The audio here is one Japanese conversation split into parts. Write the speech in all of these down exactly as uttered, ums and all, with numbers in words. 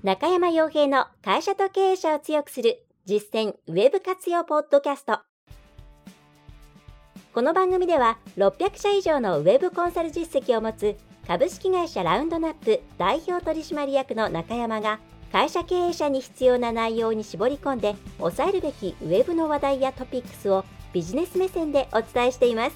中山洋平の会社と経営者を強くする実践ウェブ活用ポッドキャスト。この番組ではろっぴゃくしゃ以上のウェブコンサル実績を持つ株式会社ラウンドナップ代表取締役の中山が会社経営者に必要な内容に絞り込んで押さえるべきウェブの話題やトピックスをビジネス目線でお伝えしています。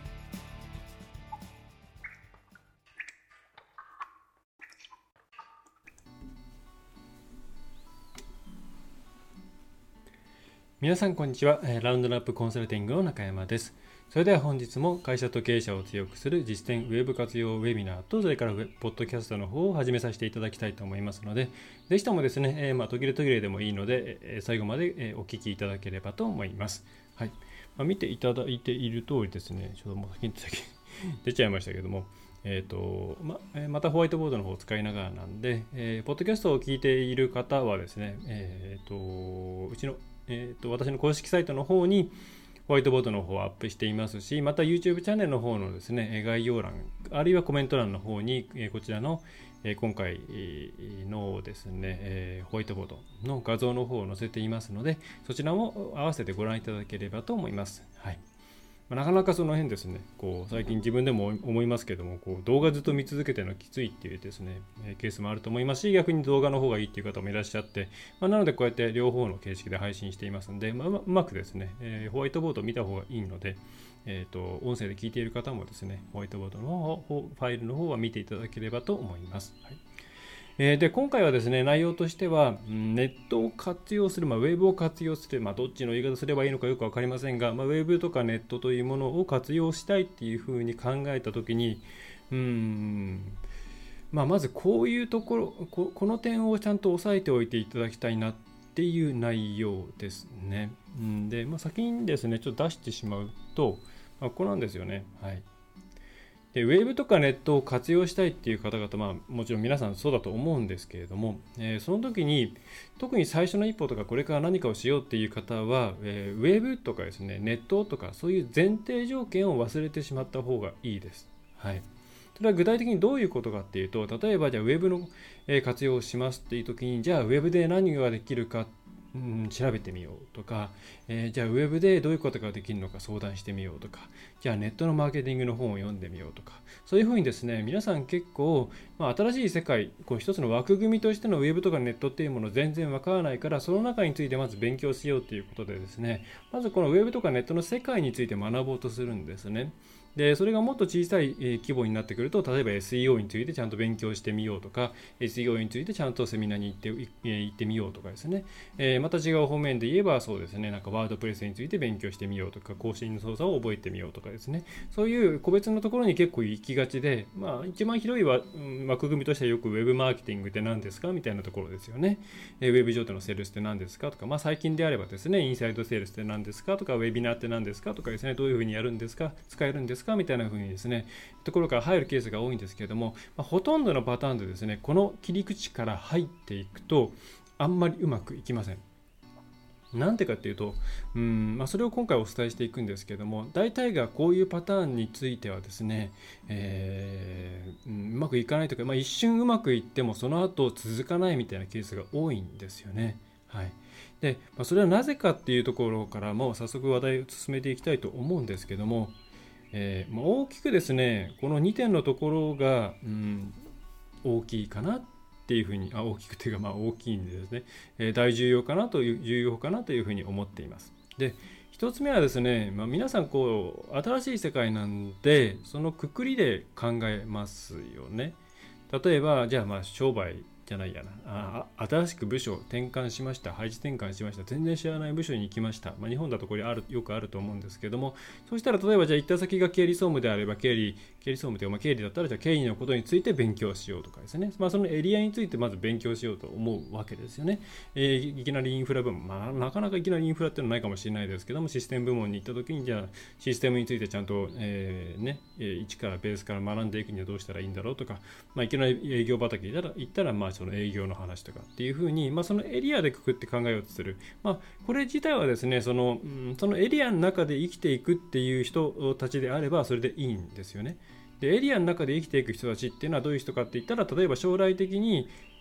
皆さんこんにちは。ラウンドナップコンサルティングの中山です。それでは本日も会社と経営者を強くする実践ウェブ活用ウェビナーとそれからポッドキャストの方を始めさせていただきたいと思いますので、ぜひともですね、えー、まあ途切れ途切れでもいいので、えー、最後までお聞きいただければと思います。はい。まあ、見ていただいている通りですね、ちょっともう先に出ちゃいましたけども、えーとま, またホワイトボードの方を使いながらなんで、えー、ポッドキャストを聞いている方はですね、えーとうちのえー、と私の公式サイトの方にホワイトボードの方をアップしていますし、また YouTube チャンネルの方のですね概要欄あるいはコメント欄の方にこちらの今回のですねホワイトボードの画像の方を載せていますので、そちらも合わせてご覧いただければと思います。はい。なかなかその辺ですね、こう最近自分でも思いますけども、こう動画ずっと見続けてるのきついっていうですね、ケースもあると思いますし、逆に動画の方がいいっていう方もいらっしゃって、まあ、なのでこうやって両方の形式で配信していますので、まあ、うまくですね、えー、ホワイトボードを見た方がいいので、えーと、音声で聞いている方もですね、ホワイトボードの方、ファイルの方は見ていただければと思います。はい。で今回はですね、内容としてはネットを活用する、まあ、ウェブを活用する、まあ、どっちの言い方すればいいのかよく分かりませんが、まあ、ウェブとかネットというものを活用したいっていうふうに考えたときに、うーん、まあ、まずこういうところ こ, この点をちゃんと押さえておいていただきたいなっていう内容ですね。で、まあ、先にですねちょっと出してしまうと、まあ、ここなんですよね。はい。でウェブとかネットを活用したいっていう方々、まあ、もちろん皆さんそうだと思うんですけれども、えー、その時に特に最初の一歩とかこれから何かをしようっていう方は、えー、ウェブとかですねネットとかそういう前提条件を忘れてしまった方がいいです。はい。それは具体的にどういうことかっていうと、例えばじゃあウェブの活用をしますっていう時に、じゃあウェブで何ができるかうん、調べてみようとか、えー、じゃあウェブでどういうことができるのか相談してみようとか、じゃあネットのマーケティングの本を読んでみようとか、そういうふうにですね皆さん結構、まあ、新しい世界、こう一つの枠組みとしてのウェブとかネットっていうもの全然わからないから、その中についてまず勉強しようということでですね、まずこのウェブとかネットの世界について学ぼうとするんですね。でそれがもっと小さい規模になってくると、例えば エスイーオー についてちゃんと勉強してみようとか、 エスイーオー についてちゃんとセミナーに行って行ってみようとかですね、えー、また違う方面で言えばそうですね、なんかワードプレスについて勉強してみようとか、更新の操作を覚えてみようとかですね、そういう個別のところに結構行きがちで、まあ一番広い枠組みとしてはよくウェブマーケティングって何ですかみたいなところですよね。ウェブ上でのセールスって何ですかとか、まあ最近であればですね、インサイドセールスって何ですかとか、ウェビナーって何ですかとかですね、どういうふうにやるんですか、使えるんですかみたいなふうにですね、ところから入るケースが多いんですけれども、まあ、ほとんどのパターンでですね、この切り口から入っていくとあんまりうまくいきません。なんでかっていうと、うん、まあ、それを今回お伝えしていくんですけども、大体がこういうパターンについてはですね、えーうん、うまくいかないというか、まあ、一瞬うまくいってもその後続かないみたいなケースが多いんですよね。はい。で、まあ、それはなぜかっていうところからも早速話題を進めていきたいと思うんですけども、えー、大きくですねこのにてんのところが、うん、大きいかなっていうふうにあ大きくていうかまあ大きいんでですね、えー、大重要かなという重要かなというふうに思っています。で一つ目はですね、まあ、皆さんこう新しい世界なんでそのくくりで考えますよね。例えばじゃあまあ商売じゃないやなあ新しく部署を転換しました、配置転換しました、全然知らない部署に行きました、まあ、日本だとこれあるよくあると思うんですけども、そうしたら例えばじゃあ行った先が経理総務であれば経理経理総務というか、まあ、経理だったらじゃあ経理のことについて勉強しようとかですね、まあ、そのエリアについてまず勉強しようと思うわけですよね。えー、いきなりインフラ部門、まあ、なかなかいきなりインフラっていうのはないかもしれないですけども、システム部門に行った時にじゃあシステムについてちゃんと、えーね、一からベースから学んでいくにはどうしたらいいんだろうとか、まあ、いきなり営業畑に行ったら、まあ、その営業の話とかっていうふうに、まあ、そのエリアでくくって考えようとする、まあ、これ自体はですねその、うん、そのエリアの中で生きていくっていう人たちであればそれでいいんですよね。でエリアの中で生きていく人たちっていうのはどういう人かって言ったら、例えば将来的に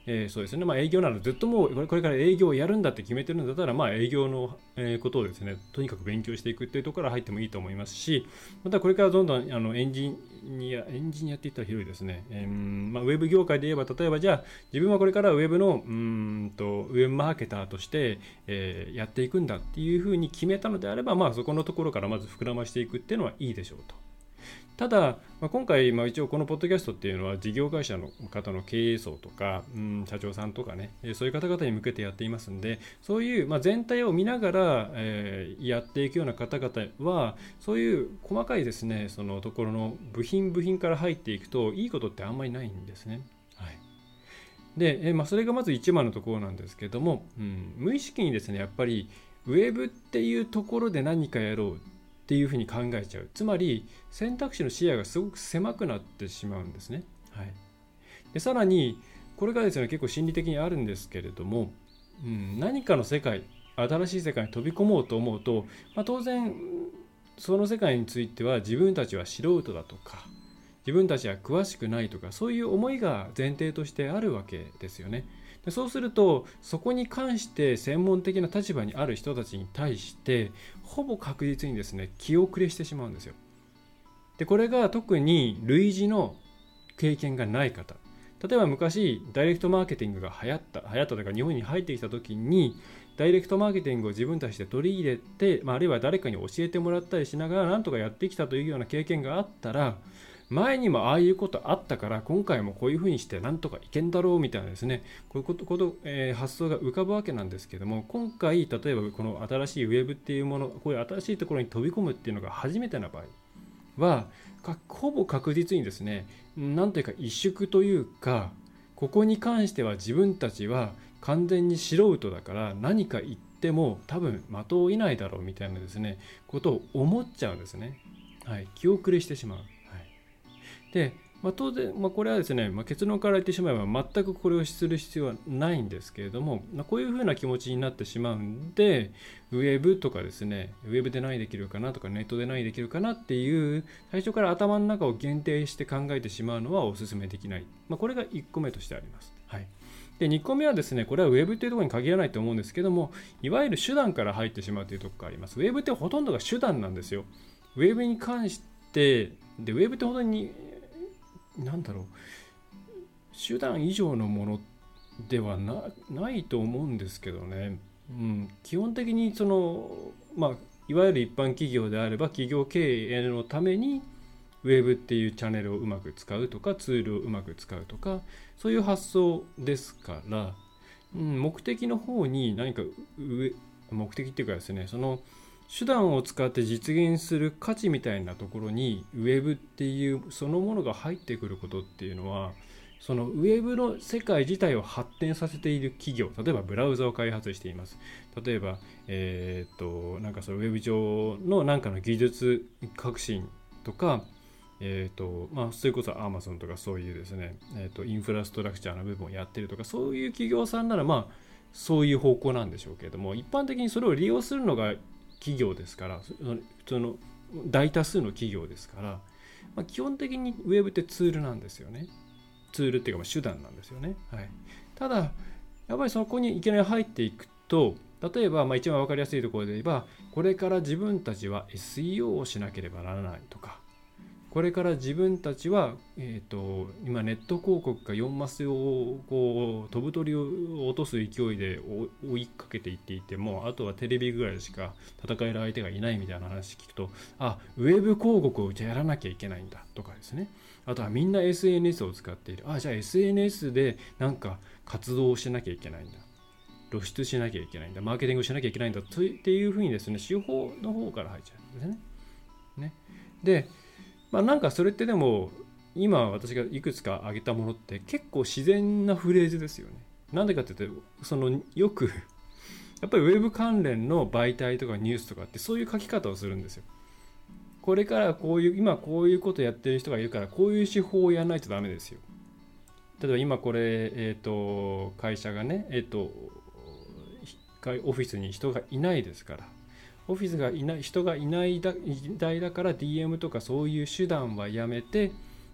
えー、そうですね、まあ、営業ならずっともうこれから営業をやるんだって決めてるんだったら、まあ、営業のことをですねとにかく勉強していくっていうところから入ってもいいと思いますし、またこれからどんどんあのエンジニアエンジニアって言ったら広いですね、えーまあ、ウェブ業界で言えば例えばじゃあ自分はこれからウェブのうーんとウェブマーケターとして、えー、やっていくんだっていうふうに決めたのであれば、まあ、そこのところからまず膨らましていくっていうのはいいでしょうと。ただ、まあ、今回、まあ、一応このポッドキャストっていうのは事業会社の方の経営層とか、うん、社長さんとかね、そういう方々に向けてやっていますんで、そういう、まあ、全体を見ながら、えー、やっていくような方々はそういう細かいですねそのところの部品部品から入っていくといいことってあんまりないんですね。はい。で、えーまあ、それがまず一番のところなんですけども、うん、無意識にですねやっぱりウェブっていうところで何かやろうっていうふうに考えちゃう。つまり選択肢の視野がすごく狭くなってしまうんですね。はい、でさらにこれがですね結構心理的にあるんですけれども、うん、何かの世界新しい世界に飛び込もうと思うと、まあ、当然その世界については自分たちは素人だとか自分たちは詳しくないとかそういう思いが前提としてあるわけですよね。でそうするとそこに関して専門的な立場にある人たちに対してほぼ確実にですね気遅れしてしまうんですよ。でこれが特に類似の経験がない方、例えば昔ダイレクトマーケティングが流行った流行ったというか日本に入ってきた時にダイレクトマーケティングを自分たちで取り入れて、まあ、あるいは誰かに教えてもらったりしながらなんとかやってきたというような経験があったら前にもああいうことあったから今回もこういうふうにしてなんとかいけんだろうみたいなですねこういうことこと、えー、発想が浮かぶわけなんですけども、今回例えばこの新しいウェブっていうものこういう新しいところに飛び込むっていうのが初めてな場合はほぼ確実にですねなんというか萎縮というかここに関しては自分たちは完全に素人だから何か言っても多分的を得ないだろうみたいなですねことを思っちゃうんですね。はい、気遅れしてしまう。で、まあ、当然、まあ、これはですね、まあ、結論から言ってしまえば全くこれをする必要はないんですけれども、まあ、こういうふうな気持ちになってしまうんでウェブとかですねウェブで何できるかなとかネットで何できるかなっていう最初から頭の中を限定して考えてしまうのはお勧めできない、まあ、これがいっこめとしてあります。はい。でにこめはですねこれはウェブというところに限らないと思うんですけども、いわゆる手段から入ってしまうというところがあります。ウェブってほとんどが手段なんですよ。ウェブに関してでウェブって本当になんだろう手段以上のものでは な, ないと思うんですけどね、うん、基本的にその、まあ、いわゆる一般企業であれば企業経営のためにウェブっていうチャンネルをうまく使うとかツールをうまく使うとかそういう発想ですから、うん、目的の方に何か上目的っていうかですねその手段を使って実現する価値みたいなところにウェブっていうそのものが入ってくることっていうのはそのウェブの世界自体を発展させている企業、例えばブラウザを開発しています。例えば、えー、っとなんかそのウェブ上のなんかの技術革新とか、えーとまあ、それこそ Amazon とかそういうですね、えーとインフラストラクチャーの部分をやってるとかそういう企業さんならまあそういう方向なんでしょうけれども、一般的にそれを利用するのが企業ですからその大多数の企業ですから、まあ、基本的にウェブってツールなんですよね。ツールっていうかまあ手段なんですよね。はい、ただやっぱりそこにいきなり入っていくと例えばまあ一番分かりやすいところで言えばこれから自分たちは エスイーオー をしなければならないとかこれから自分たちは、えーと、今ネット広告がよんマスをこう飛ぶ鳥を落とす勢いで追いかけていっていてもあとはテレビぐらいしか戦える相手がいないみたいな話聞くとあウェブ広告をじゃやらなきゃいけないんだとかですね、あとはみんな エスエヌエス を使っているあじゃあ エスエヌエス でなんか活動をしなきゃいけないんだ露出しなきゃいけないんだマーケティングをしなきゃいけないんだっていうふうにですね手法の方から入っちゃうんですね。ねでまあ、なんかそれってでも今私がいくつか挙げたものって結構自然なフレーズですよね。なんでかって言うとそのよくやっぱりウェブ関連の媒体とかニュースとかってそういう書き方をするんですよ。これからこういう今こういうことやってる人がいるからこういう手法をやらないとダメですよ。例えば今これ、えー、と会社がね、えー、とオフィスに人がいないですからオフィスがいない人がいない時代だから ディーエム とかそういう手段はやめて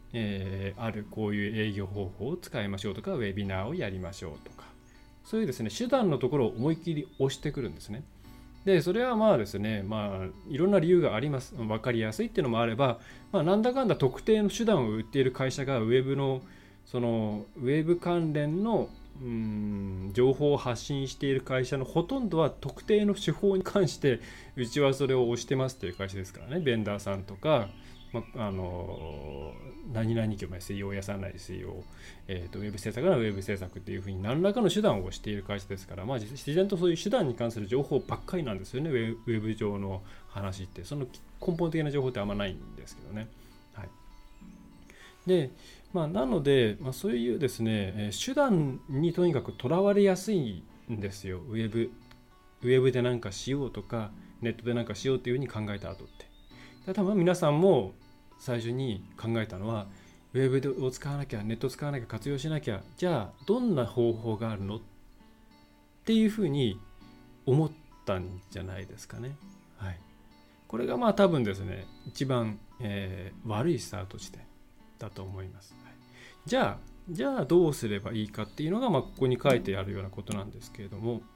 えー、あるこういう営業方法を使いましょうとか、ウェビナーをやりましょうとか、そういうですね手段のところを思いっきり押してくるんですね。でそれはまあですね、まあいろんな理由があります。分かりやすいっていうのもあれば、まあ、なんだかんだ特定の手段を売っている会社がウェブのそのウェブ関連のうーん情報を発信している会社のほとんどは特定の手法に関してうちはそれを推してますという会社ですからね。ベンダーさんとか、まあの何々業、水曜屋さんなり水曜、えー、とウェブ制作ならウェブ制作っていうふうに何らかの手段をしている会社ですから、まあ、自然とそういう手段に関する情報ばっかりなんですよね。ウェブ、ウェブ上の話ってその根本的な情報ってあんまないんですけどね。はい、でまあ、なので、まあ、そういうですね手段にとにかくとらわれやすいんですよ。ウェブウェブで何かしようとかネットで何かしようというふうに考えた後って、多分皆さんも最初に考えたのはウェブを使わなきゃ、ネットを使わなきゃ、活用しなきゃ、じゃあどんな方法があるのっていうふうに思ったんじゃないですかね。はい、これがまあ多分ですね一番、えー、悪いスタート地点だと思います。はい、じゃあじゃあどうすればいいかっていうのが、まあ、ここに書いてあるようなことなんですけれども、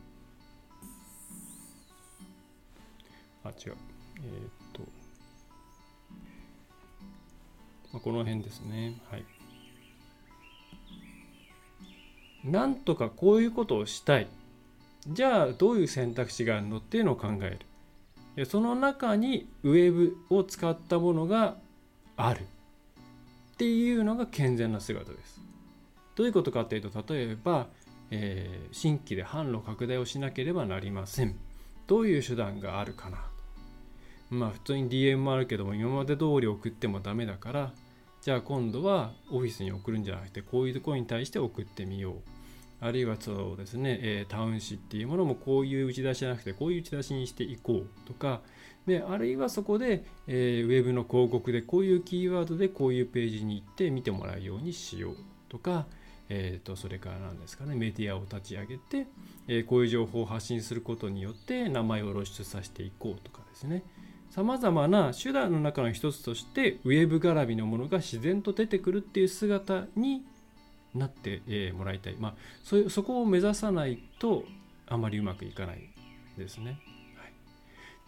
あ違うえー、っと、まあ、この辺ですね。はい、なんとかこういうことをしたい、じゃあどういう選択肢があるのっていうのを考える。その中にウェブを使ったものがあるっていうのが健全な姿です。どういうことかっていうと、例えば、えー、新規で販路拡大をしなければなりません。どういう手段があるかな。まあ普通に ディーエム もあるけども今まで通り送ってもダメだから、じゃあ今度はオフィスに送るんじゃなくてこういうところに対して送ってみよう。あるいはそうですね、えー、タウン誌っていうものもこういう打ち出しじゃなくてこういう打ち出しにしていこうとか、であるいはそこで、えー、ウェブの広告でこういうキーワードでこういうページに行って見てもらうようにしようとか、えー、とそれから何ですかね、メディアを立ち上げて、えー、こういう情報を発信することによって名前を露出させていこうとかですね、さまざまな手段の中の一つとしてウェブ絡みのものが自然と出てくるっていう姿になってもらいたい。まあ、そ, そこを目指さないとあまりうまくいかないですね。はい、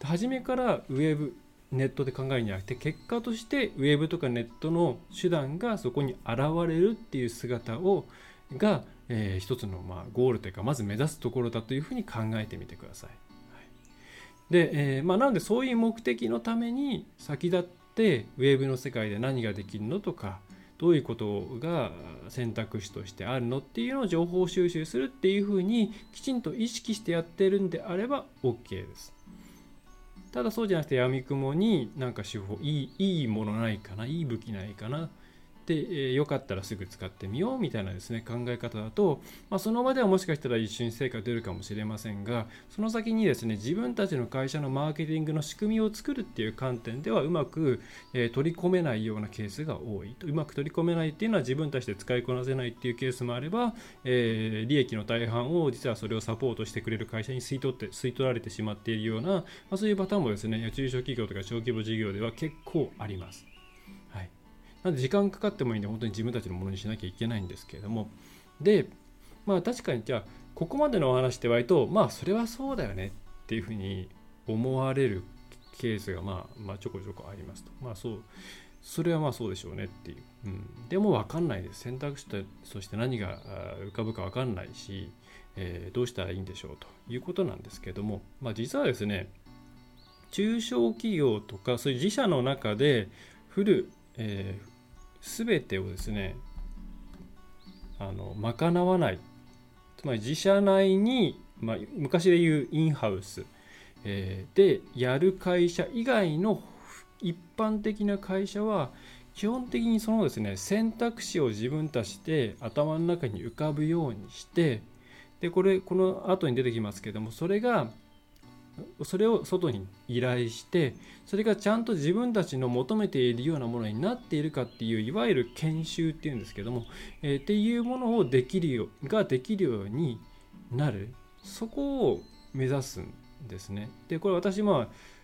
初めからウェブネットで考えるんじゃなくて、結果としてウェブとかネットの手段がそこに現れるっていう姿をが、えー、一つのまあゴールというか、まず目指すところだというふうに考えてみてください。はい、で、えーまあ、なのでそういう目的のために先立ってウェブの世界で何ができるのとか、どういうことが選択肢としてあるのっていうのを情報収集するっていうふうにきちんと意識してやってるんであれば OK です。ただそうじゃなくて闇雲になんか手法いい、いいものないかな、いい武器ないかなで、えー、よかったらすぐ使ってみようみたいなですね考え方だと、まあ、その場ではもしかしたら一瞬成果出るかもしれませんが、その先にですね自分たちの会社のマーケティングの仕組みを作るっていう観点ではうまく、えー、取り込めないようなケースが多いと。うまく取り込めないっていうのは自分たちで使いこなせないっていうケースもあれば、えー、利益の大半を実はそれをサポートしてくれる会社に吸い取って吸い取られてしまっているような、まあ、そういうパターンもですね中小企業とか小規模事業では結構あります。はい、なので時間かかってもいいんで本当に自分たちのものにしなきゃいけないんですけれども、でまあ確かにじゃあここまでのお話って割とまあそれはそうだよねっていうふうに思われるケースがまあまあちょこちょこありますと。まあそうそれはまあそうでしょうねっていう、うん、でも分かんないです。選択肢として何が浮かぶか分かんないし、えー、どうしたらいいんでしょうということなんですけども、まあ実はですね中小企業とかそういう自社の中でフル、えー、全てをですねあの賄わない、つまり自社内に、まあ、昔でいうインハウス、えー、でやる会社以外の一般的な会社は基本的にそのですね選択肢を自分たちで頭の中に浮かぶようにして、でこれこの後に出てきますけども、それがそれを外に依頼して、それがちゃんと自分たちの求めているようなものになっているかっていう、いわゆる研修っていうんですけども、えー、っていうものをできるよができるようになる、そこを目指すんですね。でこれ私まあ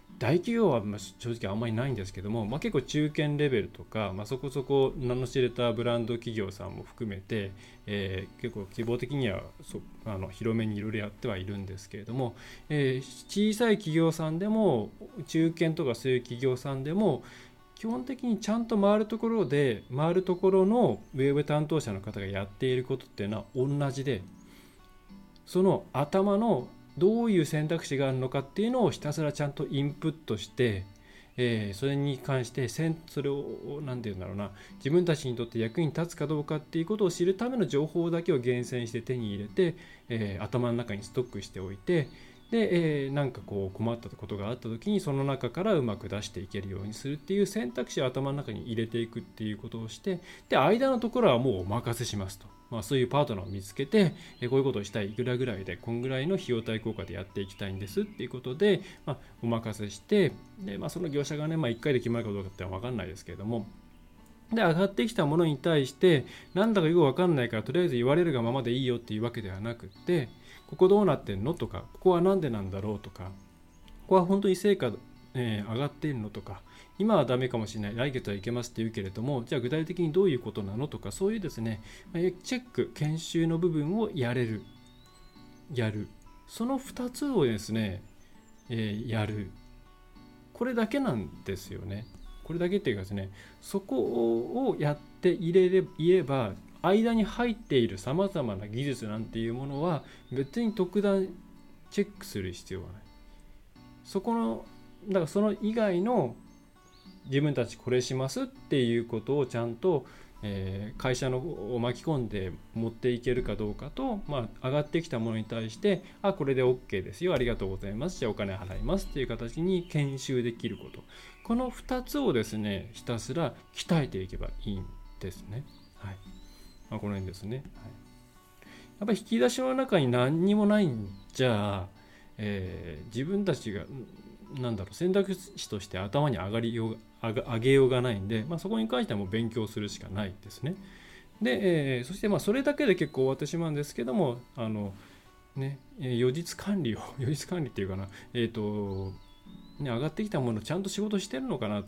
大企業は正直あんまりないんですけども、まあ、結構中堅レベルとか、まあ、そこそこ名の知れたブランド企業さんも含めて、えー、結構希望的にはそあの広めにいろいろやってはいるんですけれども、えー、小さい企業さんでも中堅とかそういう企業さんでも基本的にちゃんと回るところで回るところのウェブ担当者の方がやっていることっていうのは同じで、その頭のどういう選択肢があるのかっていうのをひたすらちゃんとインプットして、えー、それに関してそれを何て言うんだろうな、自分たちにとって役に立つかどうかっていうことを知るための情報だけを厳選して手に入れて、えー、頭の中にストックしておいて、で、えー、なんかこう困ったことがあった時にその中からうまく出していけるようにするっていう選択肢を頭の中に入れていくっていうことをして、で間のところはもうお任せしますと、まあ、そういうパートナーを見つけて、えー、こういうことをしたい、いくらぐらいでこんぐらいの費用対効果でやっていきたいんですっていうことで、まあ、お任せして、で、まあ、その業者がね、まあ、いっかいで決まるかどうかってのは分かんないですけれども、で上がってきたものに対してなんだかよく分かんないからとりあえず言われるがままでいいよっていうわけではなくって、ここどうなってんのとか、ここはなんでなんだろうとか、ここは本当に成果、えー、上がっているのとか、今はダメかもしれない、来月はいけますって言うけれども、じゃあ具体的にどういうことなのとか、そういうですねチェック研修の部分をやれるやるそのふたつをですね、えー、やる、これだけなんですよね。これだけっていうかですね、そこをやって入れれいれば間に入っているさまざまな技術なんていうものは別に特段チェックする必要はない。そこのだからその以外の自分たちこれしますっていうことをちゃんと、えー、会社のを巻き込んで持っていけるかどうかと、まあ、上がってきたものに対してあこれで OK ですよ、ありがとうございます、じゃあお金払いますっていう形に研修できること、このふたつをですねひたすら鍛えていけばいいんですね。はい、まあ、この辺ですね。はい、やっぱり引き出しの中に何にもないんじゃあ、えー、自分たちがなんだろう選択肢として頭に上がりよう上が上げようがないんで、まあ、そこに関してはもう勉強するしかないですね。で、えー、そしてまあそれだけで結構終わってしまうんですけども、あのね予実管理を予実管理っていうかな、えっとね、上がってきたものちゃんと仕事してるのかなって、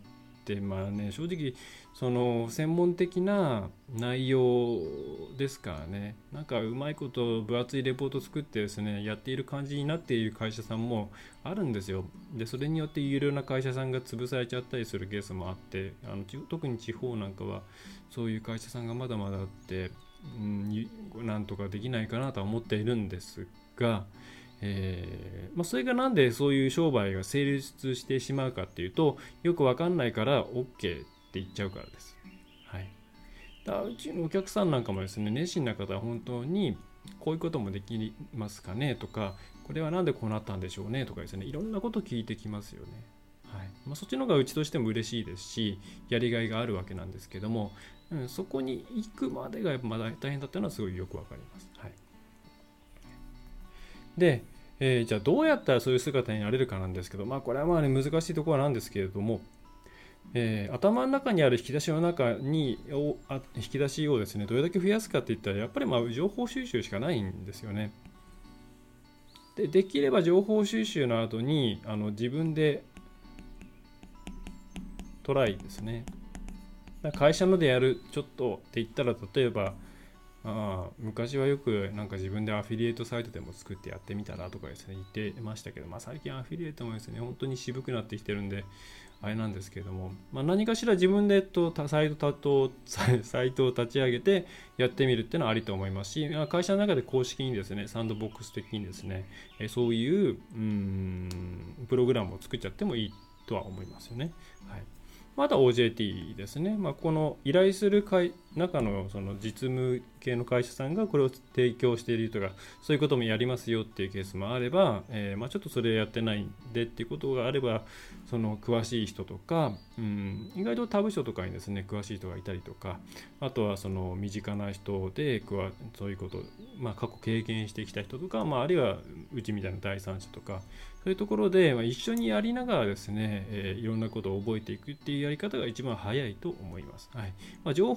まあね、正直その専門的な内容ですからね、なんかうまいこと分厚いレポート作ってですねやっている感じになっている会社さんもあるんですよ。でそれによって有料な会社さんが潰されちゃったりするケースもあって、あの特に地方なんかはそういう会社さんがまだまだあって、うん、なんとかできないかなとは思っているんですが、えーまあ、それがなんでそういう商売が成立してしまうかっていうと、よく分かんないから OK って言っちゃうからです。はい、だうちのお客さんなんかもですね、熱心な方は本当にこういうこともできますかねとか、これはなんでこうなったんでしょうねとかですね、いろんなこと聞いてきますよね。はいまあ、そっちの方がうちとしても嬉しいですし、やりがいがあるわけなんですけども、うん、そこに行くまでがまだ大変だったのはすごいよくわかります。はい、で、えー、じゃあどうやったらそういう姿になれるかなんですけど、まあこれはまあね難しいところなんですけれども、えー、頭の中にある引き出しの中にをあ引き出しをですねどれだけ増やすかっていったら、やっぱりまあ情報収集しかないんですよね。で、できれば情報収集の後にあの自分でトライですね。会社のでやるちょっとって言ったら、例えばあ昔はよくなんか自分でアフィリエイトサイトでも作ってやってみたらとかですね言ってましたけど、まあ、最近アフィリエイトもですね本当に渋くなってきてるんであれなんですけれども、まあ、何かしら自分でとサイトとサイトを立ち上げてやってみるっていうのはありと思いますし、会社の中で公式にですねサンドボックス的にですねそういう、うーんプログラムを作っちゃってもいいとは思いますよね。はい、また オージェーティー ですね。まあ、この依頼する会中のその実務系の会社さんがこれを提供しているとか、そういうこともやりますよっていうケースもあれば、えー、まあちょっとそれやってないんでっていうことがあれば、その詳しい人とか、うん、意外と他部署とかにですね詳しい人がいたりとか、あとはその身近な人でそういうこと、まあ、過去経験してきた人とか、まあ、あるいはうちみたいな第三者とか、そういうところで、まあ、一緒にやりながらですね、えー、いろんなことを覚えていくっていうやり方が一番早いと思います。はいまあ、情報だけは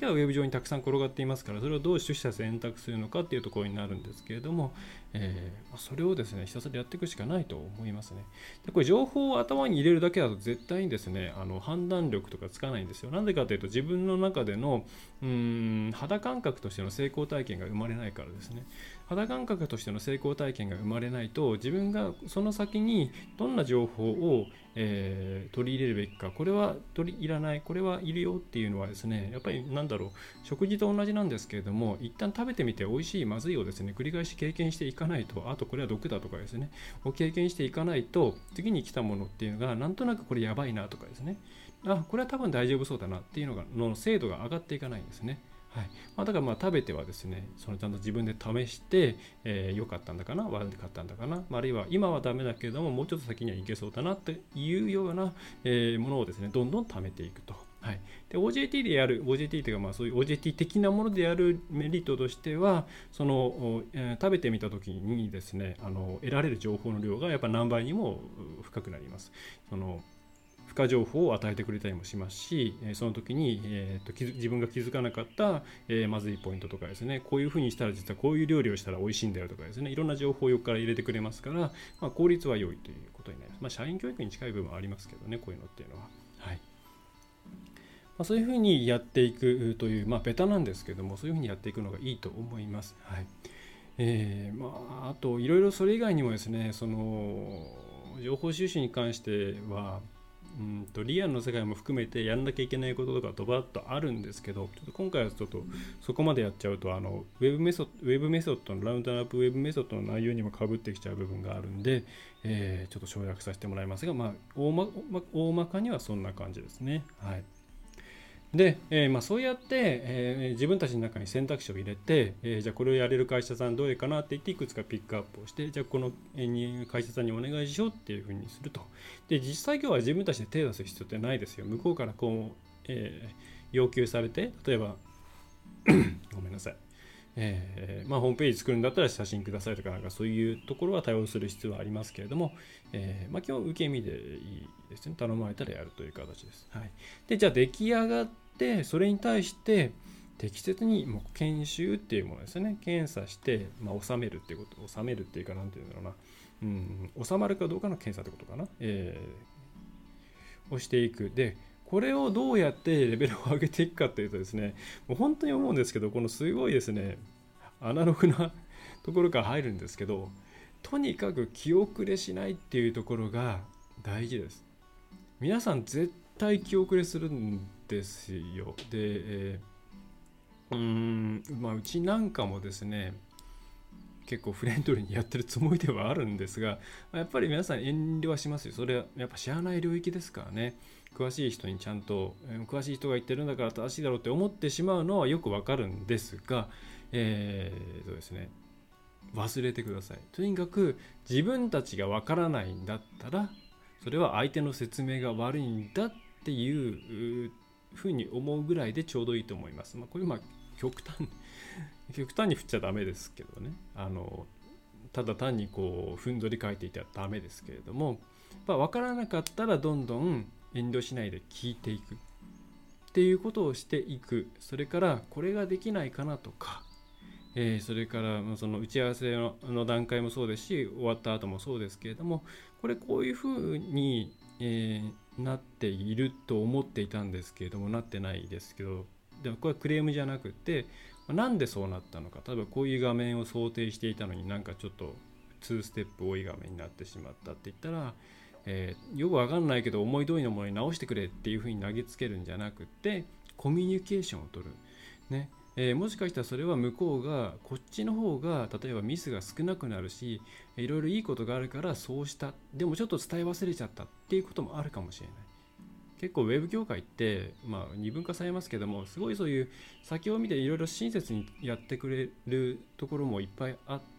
はウェブ上にたくさん転がっていますから、それをどう取捨選択するのかっていうところになるんですけれども、えー、それをですねひたすらやっていくしかないと思いますね。でこれ情報を頭に入れるだけだと絶対にですねあの判断力とかつかないんですよ。なんでかというと自分の中でのうーん肌感覚としての成功体験が生まれないからですね。肌感覚としての成功体験が生まれないと、自分がその先にどんな情報を、えー、取り入れるべきか、これは取り入らない、これはいるよっていうのはですね、やっぱりなんだろう、食事と同じなんですけれども、一旦食べてみて美味しいまずいをですね繰り返し経験していかないと、あとこれは毒だとかですねを経験していかないと、次に来たものっていうのがなんとなくこれやばいなとかですね、あこれは多分大丈夫そうだなっていうのがの精度が上がっていかないんですね。はいまあ、だからまあ食べてはですね、そのちゃんと自分で試して、えー、良かったんだかな、悪かったんだかな、まあ、あるいは今はダメだけれどももうちょっと先にはいけそうだなというような、えー、ものをですねどんどん貯めていくと。はい、で オージェーティー でやる オージェーティー というかまあそういう オージェーティー 的なものでやるメリットとしては、その、えー、食べてみた時にですねあの得られる情報の量がやっぱ何倍にも深くなります。その付加情報を与えてくれたりもしますし、その時に、えー、と自分が気づかなかった、えー、まずいポイントとかですね、こういう風にしたら実はこういう料理をしたら美味しいんだよとかですね、いろんな情報を横から入れてくれますから、まあ、効率は良いということになります。まあ、社員教育に近い部分はありますけどね、こういうのっていうのは。はいまあ、そういう風にやっていくという、まあ、ベタなんですけども、そういう風にやっていくのがいいと思います。はいえーまあ、あといろいろそれ以外にもですね、その情報収集に関してはうんとリアルの世界も含めてやんなきゃいけないこととかドバッとあるんですけど、ちょっと今回はちょっとそこまでやっちゃうとあのウェブメソッド、ウェブメソッドのラウンドナップウェブメソッドの内容にもかぶってきちゃう部分があるんで、えー、ちょっと省略させてもらいますが、まあ、大ま、大まかにはそんな感じですね。はいで、えーまあ、そうやって、えー、自分たちの中に選択肢を入れて、えー、じゃあこれをやれる会社さんどれかなって言っていくつかピックアップをして、じゃあこの会社さんにお願いしようっていうふうにすると。で実際今日は自分たちで手を出す必要ってないですよ。向こうからこう、えー、要求されて、例えばごめんなさい、えーまあ、ホームページ作るんだったら写真くださいとか、なんかそういうところは対応する必要はありますけれども、えーまあ、基本受け身でいいですね。頼まれたらやるという形です。はい、でじゃあ出来上がってそれに対して適切にもう研修っていうものですね、検査して、まあ、収めるっていうこと、収めるっていうかなんていうんだろうな、うん、収まるかどうかの検査ってことかな、えー、をしていく。でこれをどうやってレベルを上げていくかっていうとですね、もう本当に思うんですけど、このすごいですねアナログなところから入るんですけど、とにかく気遅れしないっていうところが大事です。皆さん絶対気遅れするんですよ。で、えー、うーんまあうちなんかもですね結構フレンドリーにやってるつもりではあるんですが、やっぱり皆さん遠慮はしますよ。それはやっぱ知らない領域ですからね。詳しい人にちゃんと、えー、詳しい人が言ってるんだから正しいだろうって思ってしまうのはよくわかるんですが、えー、そうですね忘れてください。とにかく自分たちがわからないんだったら、それは相手の説明が悪いんだっていうふうに思うぐらいでちょうどいいと思います。まあ、これまあ極端極端に振っちゃダメですけどね、あのただ単にこうふんぞり返っていたらダメですけれども、まあ、分からなかったらどんどん遠慮しないで聞いていくっていうことをしていく。それからこれができないかなとか、えー、それからその打ち合わせ の, の段階もそうですし、終わった後もそうですけれども、これこういうふうに、えー、なっていると思っていたんですけれどもなってないですけど、でもこれはクレームじゃなくて、なんでそうなったのか、例えばこういう画面を想定していたのになんかちょっとにステップ多い画面になってしまったって言ったら、えー、よくわかんないけど思い通りのものに直してくれっていうふうに投げつけるんじゃなくて、コミュニケーションを取る、ねえー、もしかしたらそれは向こうがこっちの方が例えばミスが少なくなるし、いろいろいいことがあるからそうした、でもちょっと伝え忘れちゃったっていうこともあるかもしれない。結構ウェブ業界って、まあ、二分化されますけども、すごいそういう先を見ていろいろ親切にやってくれるところもいっぱいあって、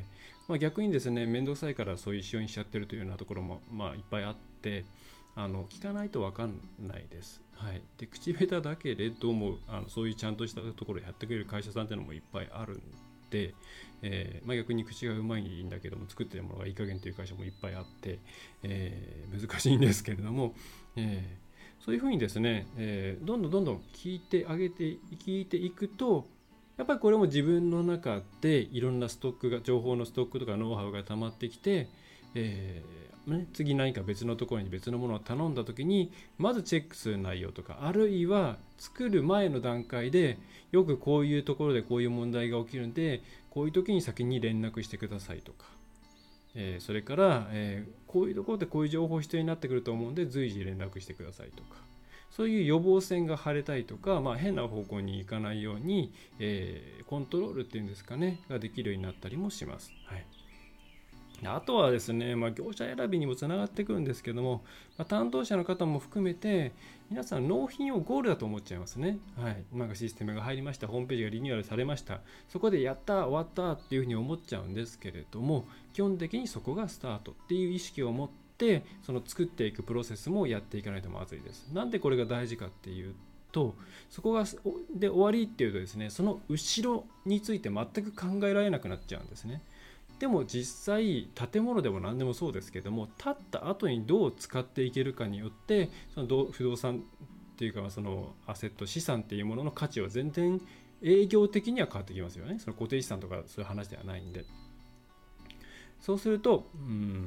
まあ、逆にですね面倒くさいからそういう仕様にしちゃってるというようなところも、まあ、いっぱいあって、あの聞かないと分かんないです。はい、で口下手だけれどもあのそういうちゃんとしたところをやってくれる会社さんっていうのもいっぱいあるんで、えーまあ、逆に口がうまいんだけども作ってるものがいい加減という会社もいっぱいあって、えー、難しいんですけれども、えーそういうふうにですね、えー、どんどんどんどん聞いてあげて聞いていくと、やっぱりこれも自分の中でいろんなストックが情報のストックとかノウハウが溜まってきて、えーね、次何か別のところに別のものを頼んだ時にまずチェックする内容とか、あるいは作る前の段階でよくこういうところでこういう問題が起きるんで、こういう時に先に連絡してくださいとか、えー、それから、えー、こういうところでこういう情報必要になってくると思うんで随時連絡してくださいとか、そういう予防線が張れたりとか、まあ、変な方向に行かないように、えー、コントロールっていうんですかねができるようになったりもします。はい、あとはですね、まあ、業者選びにもつながってくるんですけども、まあ、担当者の方も含めて皆さん納品をゴールだと思っちゃいますね。はい、なんかシステムが入りました、ホームページがリニューアルされました、そこでやった終わったっていうふうに思っちゃうんですけれども、基本的にそこがスタートっていう意識を持ってその作っていくプロセスもやっていかないとまずいです。なんでこれが大事かっていうと、そこがで終わりっていうとですね、その後ろについて全く考えられなくなっちゃうんですね。でも実際建物でも何でもそうですけども、建った後にどう使っていけるかによってその不動産っていうかそのアセット資産っていうものの価値は全然営業的には変わってきますよね。その固定資産とかそういう話ではないんで。そうすると、うん、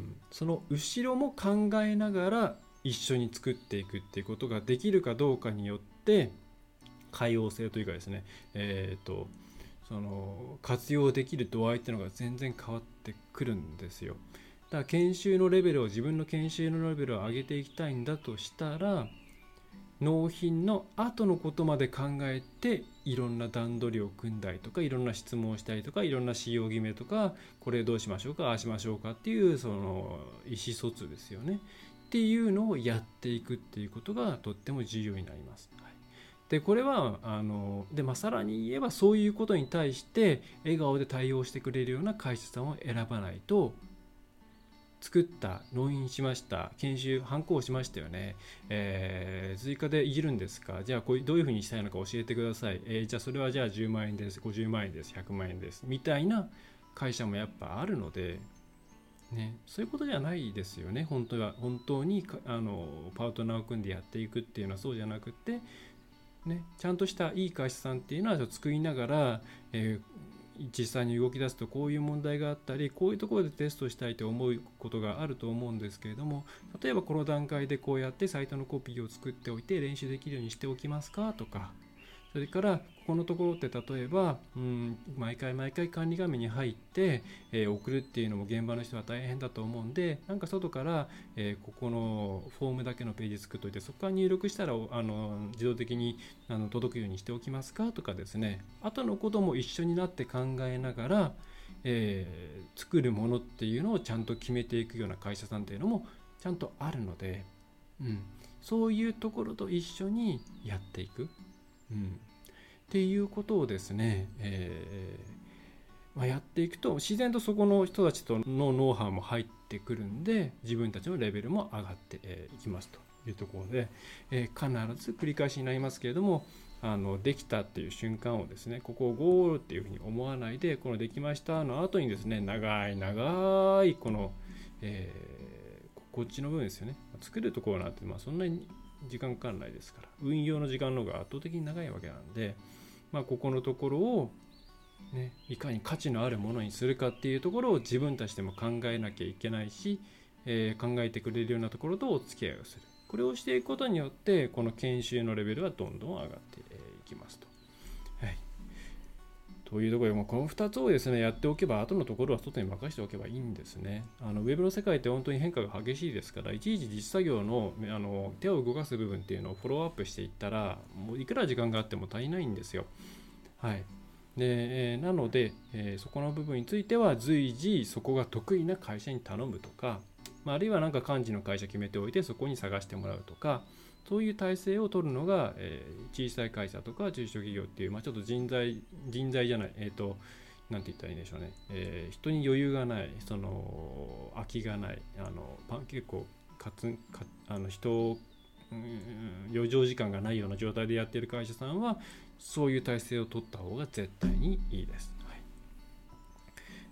その後ろも考えながら一緒に作っていくっていうことができるかどうかによって海洋性というかですね、えーとその活用できる度合いっていうのが全然変わってくるんですよ。だから研修のレベルを自分の研修のレベルを上げていきたいんだとしたら、納品の後のことまで考えていろんな段取りを組んだりとか、いろんな質問をしたりとか、いろんな使用決めとか、これどうしましょうか、ああしましょうかっていうその意思疎通ですよねっていうのをやっていくっていうことがとっても重要になります。でこれはあので、まあ、さらに言えばそういうことに対して笑顔で対応してくれるような会社さんを選ばないと、作った納品しました、研修ハンコをしましたよね、えー、追加でいじるんですか、じゃあこうどういうふうにしたいのか教えてください、えー、じゃあそれはじゃあじゅうまんえんです、ごじゅうまんえんです、ひゃくまんえんですみたいな会社もやっぱあるので、ね、そういうことじゃないですよね。本当は本当にあのパートナーを組んでやっていくっていうのはそうじゃなくてね、ちゃんとしたいい会社さんっていうのは作りながら、えー、実際に動き出すとこういう問題があったり、こういうところでテストしたいと思うことがあると思うんですけれども、例えばこの段階でこうやってサイトのコピーを作っておいて練習できるようにしておきますかとか、それからここのところって例えば、うん、毎回毎回管理画面に入って、えー、送るっていうのも現場の人は大変だと思うんで、なんか外から、えー、ここのフォームだけのページ作っといて、そこから入力したらあの自動的にあの届くようにしておきますかとかですね、後のことも一緒になって考えながら、えー、作るものっていうのをちゃんと決めていくような会社さんっていうのもちゃんとあるので、うん、そういうところと一緒にやっていく、うん、っていうことをですね、えーまあ、やっていくと自然とそこの人たちとのノウハウも入ってくるんで、自分たちのレベルも上がってい、えー、きますというところで、えー、必ず繰り返しになりますけれども、あのできたっていう瞬間をですね、ここをゴールっていうふうに思わないで、このできましたの後にですね、長い長いこの、えー、こっちの部分ですよね、作るところなんて、まあ、そんなに時間かかんないですから、運用の時間の方が圧倒的に長いわけなんで、まあ、ここのところを、ね、いかに価値のあるものにするかっていうところを自分たちでも考えなきゃいけないし、えー、考えてくれるようなところとお付き合いをする。これをしていくことによってこの研修のレベルはどんどん上がっていきますと。はい、というところで、このふたつをですねやっておけば、後のところは外に任せておけばいいんですね。あのウェブの世界って本当に変化が激しいですから、いちいち実作業 の, あの手を動かす部分っていうのをフォローアップしていったら、もういくら時間があっても足りないんですよ。はい、でえー、なので、えー、そこの部分については随時そこが得意な会社に頼むとか、まあ、あるいは何か幹事の会社決めておいてそこに探してもらうとか、そういう体制を取るのが、えー、小さい会社とか中小企業っていう、まあ、ちょっと人材人材じゃない、えっとなんて言ったらいいんでしょうね、えー、人に余裕がない、その空きがない、あの結構かつかあの人を余剰時間がないような状態でやっている会社さんはそういう体制を取った方が絶対にいいです。はい、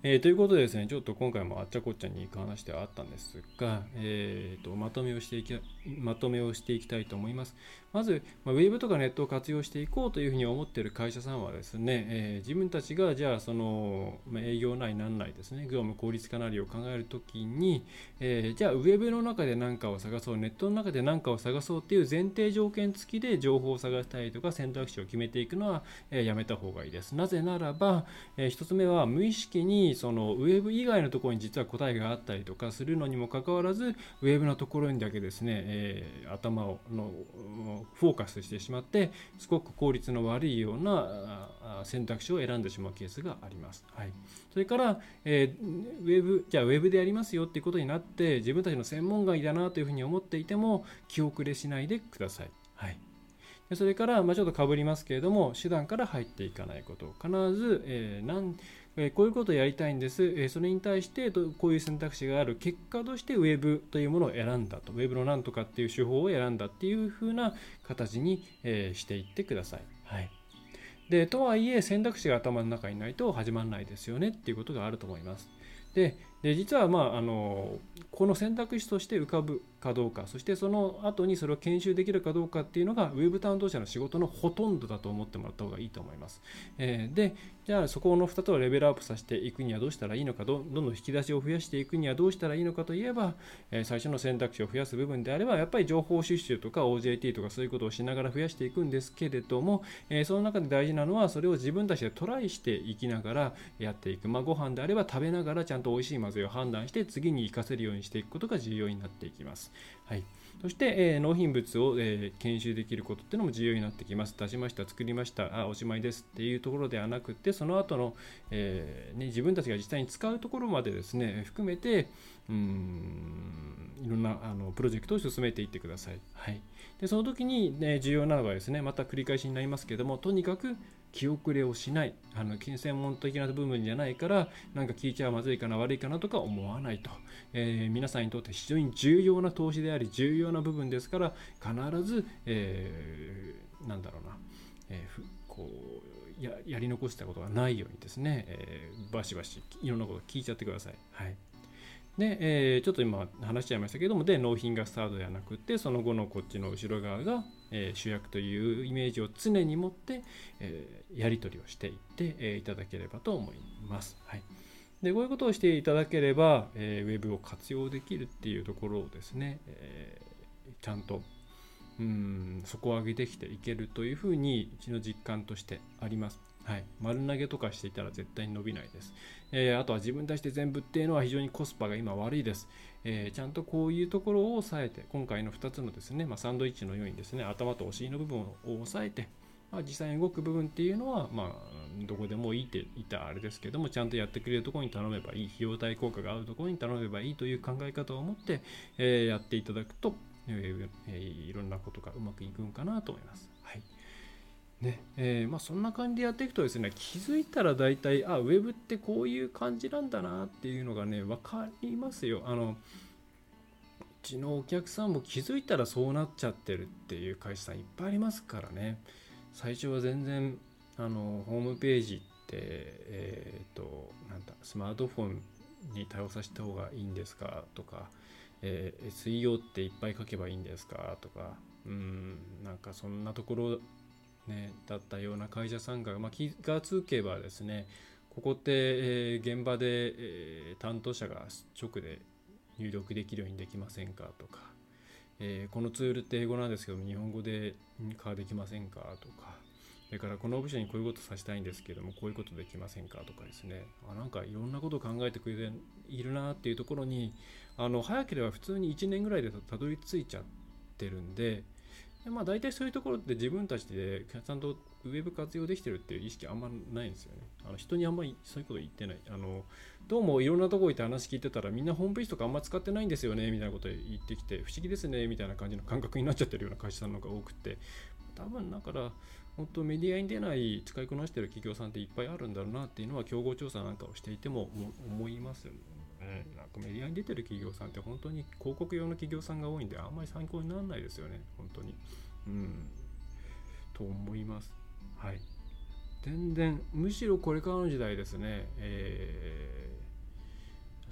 えー、ということでですね、ちょっと今回もあっちゃこっちゃに行く話ではあったんですが、えー、とまとめをしていきまとめをしていきたいと思います。まず、まあ、ウェブとかネットを活用していこうというふうに思っている会社さんはですね、えー、自分たちがじゃあその、まあ、営業内なんないですね、業務効率化なりを考えるときに、えー、じゃあウェブの中で何かを探そう、ネットの中で何かを探そうっていう前提条件付きで情報を探したりとか選択肢を決めていくのは、えー、やめた方がいいです。なぜならば、えー、一つ目は無意識にそのウェブ以外のところに実は答えがあったりとかするのにもかかわらず、ウェブのところにだけですね、えー、頭をのフォーカスしてしまってすごく効率の悪いような選択肢を選んでしまうケースがあります。はい、それから、えー、ウェブじゃあウェブでやりますよっていうことになって自分たちの専門外だなというふうに思っていても気遅れしないでください。はい、でそれから、まあ、ちょっとかぶりますけれども、手段から入っていかないこと、必ず、えーなんえー、こういうことをやりたいんです、えー、それに対してこういう選択肢がある結果としてウェブというものを選んだと、ウェブのなんとかっていう手法を選んだっていう風な形に、えー、していってください。はい、でとはいえ選択肢が頭の中にないと始まらないですよねっていうことがあると思います。でで実は、まあ、あのこの選択肢として浮かぶかどうか、そしてその後にそれを研修できるかどうかっていうのがウェブ担当者の仕事のほとんどだと思ってもらった方がいいと思います。えー、でじゃあそこのふたつをレベルアップさせていくにはどうしたらいいのか、ど, どんどん引き出しを増やしていくにはどうしたらいいのかといえば、えー、最初の選択肢を増やす部分であればやっぱり情報収集とか オージェーティー とかそういうことをしながら増やしていくんですけれども、えー、その中で大事なのはそれを自分たちでトライしていきながらやっていく、まあ、ご飯であれば食べながらちゃんと美味しいまずいを判断して次に活かせるようにしていくことが重要になっていきます。はい、そして、えー、納品物を、えー、研修できることっていうのも重要になってきます。出しました、作りました、あおしまいですっていうところではなくて、その後の、えーね、自分たちが実際に使うところまでですね含めて、うーんいろんなあのプロジェクトを進めていってください。はい、でその時に、ね、重要なのがですね、また繰り返しになりますけれども、とにかく気遅れをしない、あの専門的な部分じゃないからなんか聞いちゃまずいかな悪いかなとか思わないと、えー、皆さんにとって非常に重要な投資であり重要な部分ですから、必ず、えー、なんだろうな、えー、こう や, やり残したことがないようにですね、えー、バシバシいろんなこと聞いちゃってください。はい、で、えー、ちょっと今話しちゃいましたけども、で納品がスタートではなくてその後のこっちの後ろ側が、えー、主役というイメージを常に持って、えー、やり取りをしていって、えー、いただければと思います。はい、でこういうことをしていただければ、えー、ウェブを活用できるっていうところをですね、えー、ちゃんとうん底上げできていけるというふうにうちの実感としてあります。はい、丸投げとかしていたら絶対に伸びないです。えー、あとは自分たちで全部っていうのは非常にコスパが今悪いです。えー、ちゃんとこういうところを抑えて、今回のふたつのですね、まあ、サンドイッチのようにですね、頭とお尻の部分を抑えて、まあ、実際に動く部分っていうのは、まあ、どこでもいいって言ったらあれですけども、ちゃんとやってくれるところに頼めばいい、費用対効果が合うところに頼めばいいという考え方を持って、えー、やっていただくと、えー、いろんなことがうまくいくんかなと思います。はいねえーまあ、そんな感じでやっていくとですね、気づいたら大体あウェブってこういう感じなんだなっていうのがね分かりますよ。あのうちのお客さんも気づいたらそうなっちゃってるっていう会社さんいっぱいありますからね。最初は全然あのホームページって、えー、となんだスマートフォンに対応させた方がいいんですかとか、えー、エスイーオー っていっぱい書けばいいんですかとか、うーんなんかそんなところね、だったような会社さんが、まあ、気がつけばですね、ここって、えー、現場で、えー、担当者が直で入力できるようにできませんかとか、えー、このツールって英語なんですけども日本語で化できませんかとか、それからこの部署にこういうことさせたいんですけどもこういうことできませんかとかですね、あなんかいろんなことを考えてくれているなっていうところに、あの早ければ普通にいちねんぐらいでたどり着いちゃってるんで、まあ、大体そういうところって自分たちでちゃんとウェブ活用できてるっていう意識あんまないんですよね。あの人にあんまりそういうこと言ってない。あのどうもいろんなところ行って話聞いてたらみんなホームページとかあんま使ってないんですよねみたいなこと言ってきて、不思議ですねみたいな感じの感覚になっちゃってるような会社さんの方が多くて、多分だから本当メディアに出ない使いこなしてる企業さんっていっぱいあるんだろうなっていうのは競合調査なんかをしていても思いますよね。なんかメディアに出てる企業さんって本当に広告用の企業さんが多いんであんまり参考にならないですよね本当に。うん、と思います。はい。全然むしろこれからの時代ですね、え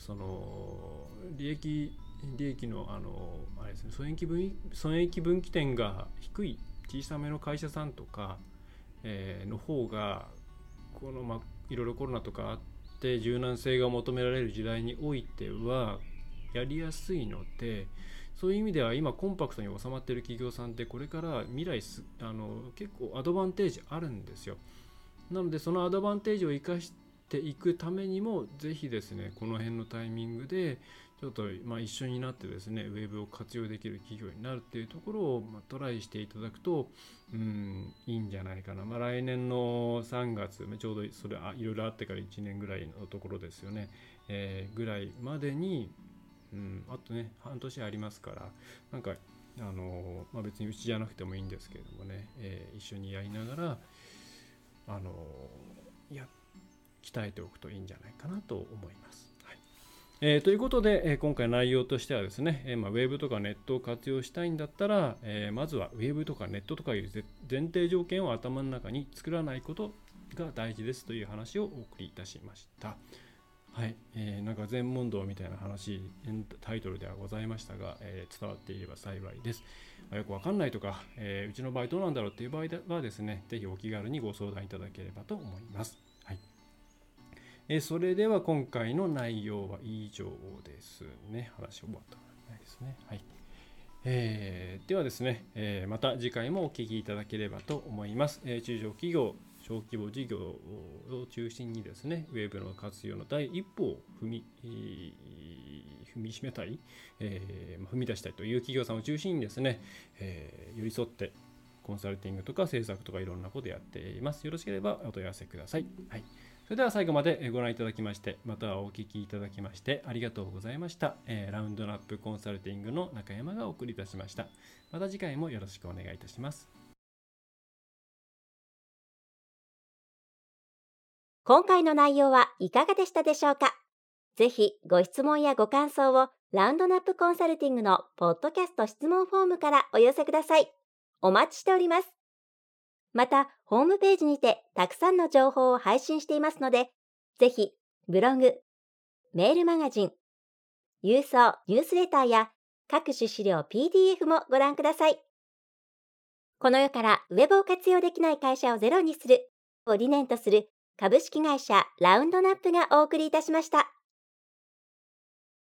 その利益利益のあのあれですね、損益分損益分岐点が低い小さめの会社さんとか、えー、の方がこの、まあ、いろいろコロナとかあって柔軟性が求められる時代においてはやりやすいので、そういう意味では今コンパクトに収まっている企業さんってこれから未来すあの結構アドバンテージあるんですよ。なのでそのアドバンテージを生かしていくためにもぜひですね、この辺のタイミングでちょっとまあ一緒になってですね、ウェブを活用できる企業になるっていうところをまあトライしていただくとうんいいんじゃないかな。まあ、来年のさんがつ、ちょうどそれいろいろあってからいちねんぐらいのところですよね、えー、ぐらいまでに、うん、あとね半年ありますから、なんかあの、まあ、別にうちじゃなくてもいいんですけれどもね、えー、一緒にやりながらあのや鍛えておくといいんじゃないかなと思います。はい、えー、ということで、えー、今回内容としてはですね、えーまあ、ウェブとかネットを活用したいんだったら、えー、まずはウェブとかネットとかいう前提条件を頭の中に作らないことが大事ですという話をお送りいたしました。はい、えー、なんか全問答みたいな話タイトルではございましたが、えー、伝わっていれば幸いです。まあ、よくわかんないとか、えー、うちの場合どうなんだろうっていう場合はですね、ぜひお気軽にご相談いただければと思います。はい、えー、それでは今回の内容は以上ですね。話終わったないですね。はい、えー、ではですね、えー、また次回もお聞きいただければと思います。えー、中小企業小規模事業を中心にですね、ウェブの活用の第一歩を踏み、踏みしめたい、えー、踏み出したいという企業さんを中心にですね、えー、寄り添ってコンサルティングとか制作とかいろんなことやっています。よろしければお問い合わせください。はい、それでは最後までご覧いただきまして、またはお聞きいただきましてありがとうございました。えー、ラウンドナップコンサルティングの中山がお送りいたしました。また次回もよろしくお願いいたします。 今回の内容はいかがでしたでしょうか。ぜひご質問やご感想をラウンドナップコンサルティングのポッドキャスト質問フォームからお寄せください。お待ちしております。また、ホームページにてたくさんの情報を配信していますので、ぜひブログ、メールマガジン、郵送ニュースレターや各種資料 ピーディーエフ もご覧ください。この世からウェブを活用できない会社をゼロにするを理念とする株式会社ラウンドナップがお送りいたしました。